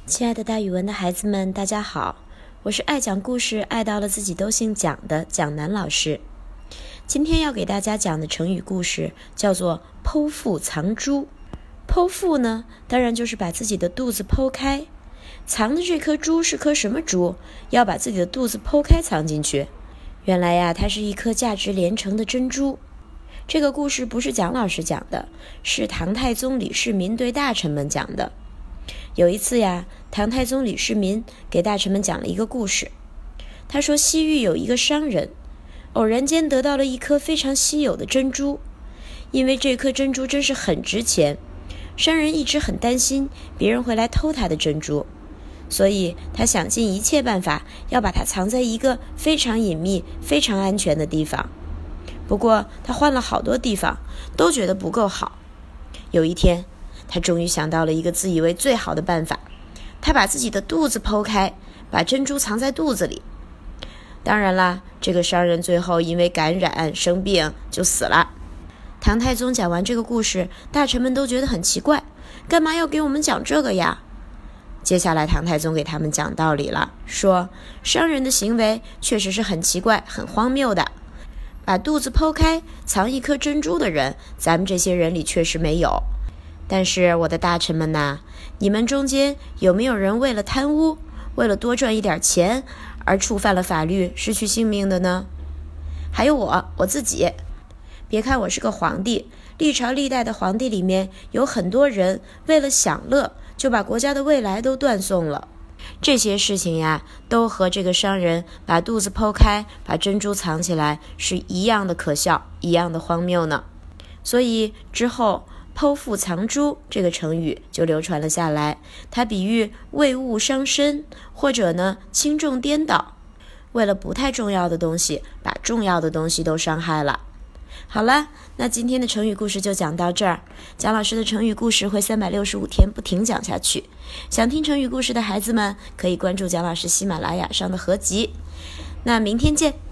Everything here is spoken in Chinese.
亲爱的大语文的孩子们，大家好，我是爱讲故事爱到了自己都姓蒋的蒋楠老师。今天要给大家讲的成语故事叫做剖腹藏猪。剖腹呢，当然就是把自己的肚子剖开。藏的这颗猪是颗什么猪？要把自己的肚子剖开藏进去。原来呀，它是一颗价值连城的珍珠。这个故事不是蒋老师讲的，是唐太宗李世民对大臣们讲的。有一次呀，唐太宗李世民给大臣们讲了一个故事。他说西域有一个商人，偶然间得到了一颗非常稀有的珍珠。因为这颗珍珠真是很值钱，商人一直很担心别人会来偷他的珍珠，所以他想尽一切办法要把它藏在一个非常隐秘非常安全的地方。不过他换了好多地方，都觉得不够好。有一天他终于想到了一个自以为最好的办法，他把自己的肚子剖开，把珍珠藏在肚子里。当然啦，这个商人最后因为感染生病就死了。唐太宗讲完这个故事，大臣们都觉得很奇怪，干嘛要给我们讲这个呀？接下来唐太宗给他们讲道理了，说商人的行为确实是很奇怪很荒谬的，把肚子剖开藏一颗珍珠的人，咱们这些人里确实没有。但是我的大臣们呐，你们中间有没有人为了贪污，为了多赚一点钱而触犯了法律，失去性命的呢？还有我自己。别看我是个皇帝，历朝历代的皇帝里面有很多人为了享乐，就把国家的未来都断送了。这些事情呀，都和这个商人把肚子剖开，把珍珠藏起来是一样的可笑，一样的荒谬呢。所以之后剖腹藏珠这个成语就流传了下来，它比喻为物伤身，或者呢轻重颠倒，为了不太重要的东西，把重要的东西都伤害了。好了，那今天的成语故事就讲到这儿。蒋老师的成语故事会365天不停讲下去。想听成语故事的孩子们，可以关注蒋老师喜马拉雅上的合集。那明天见。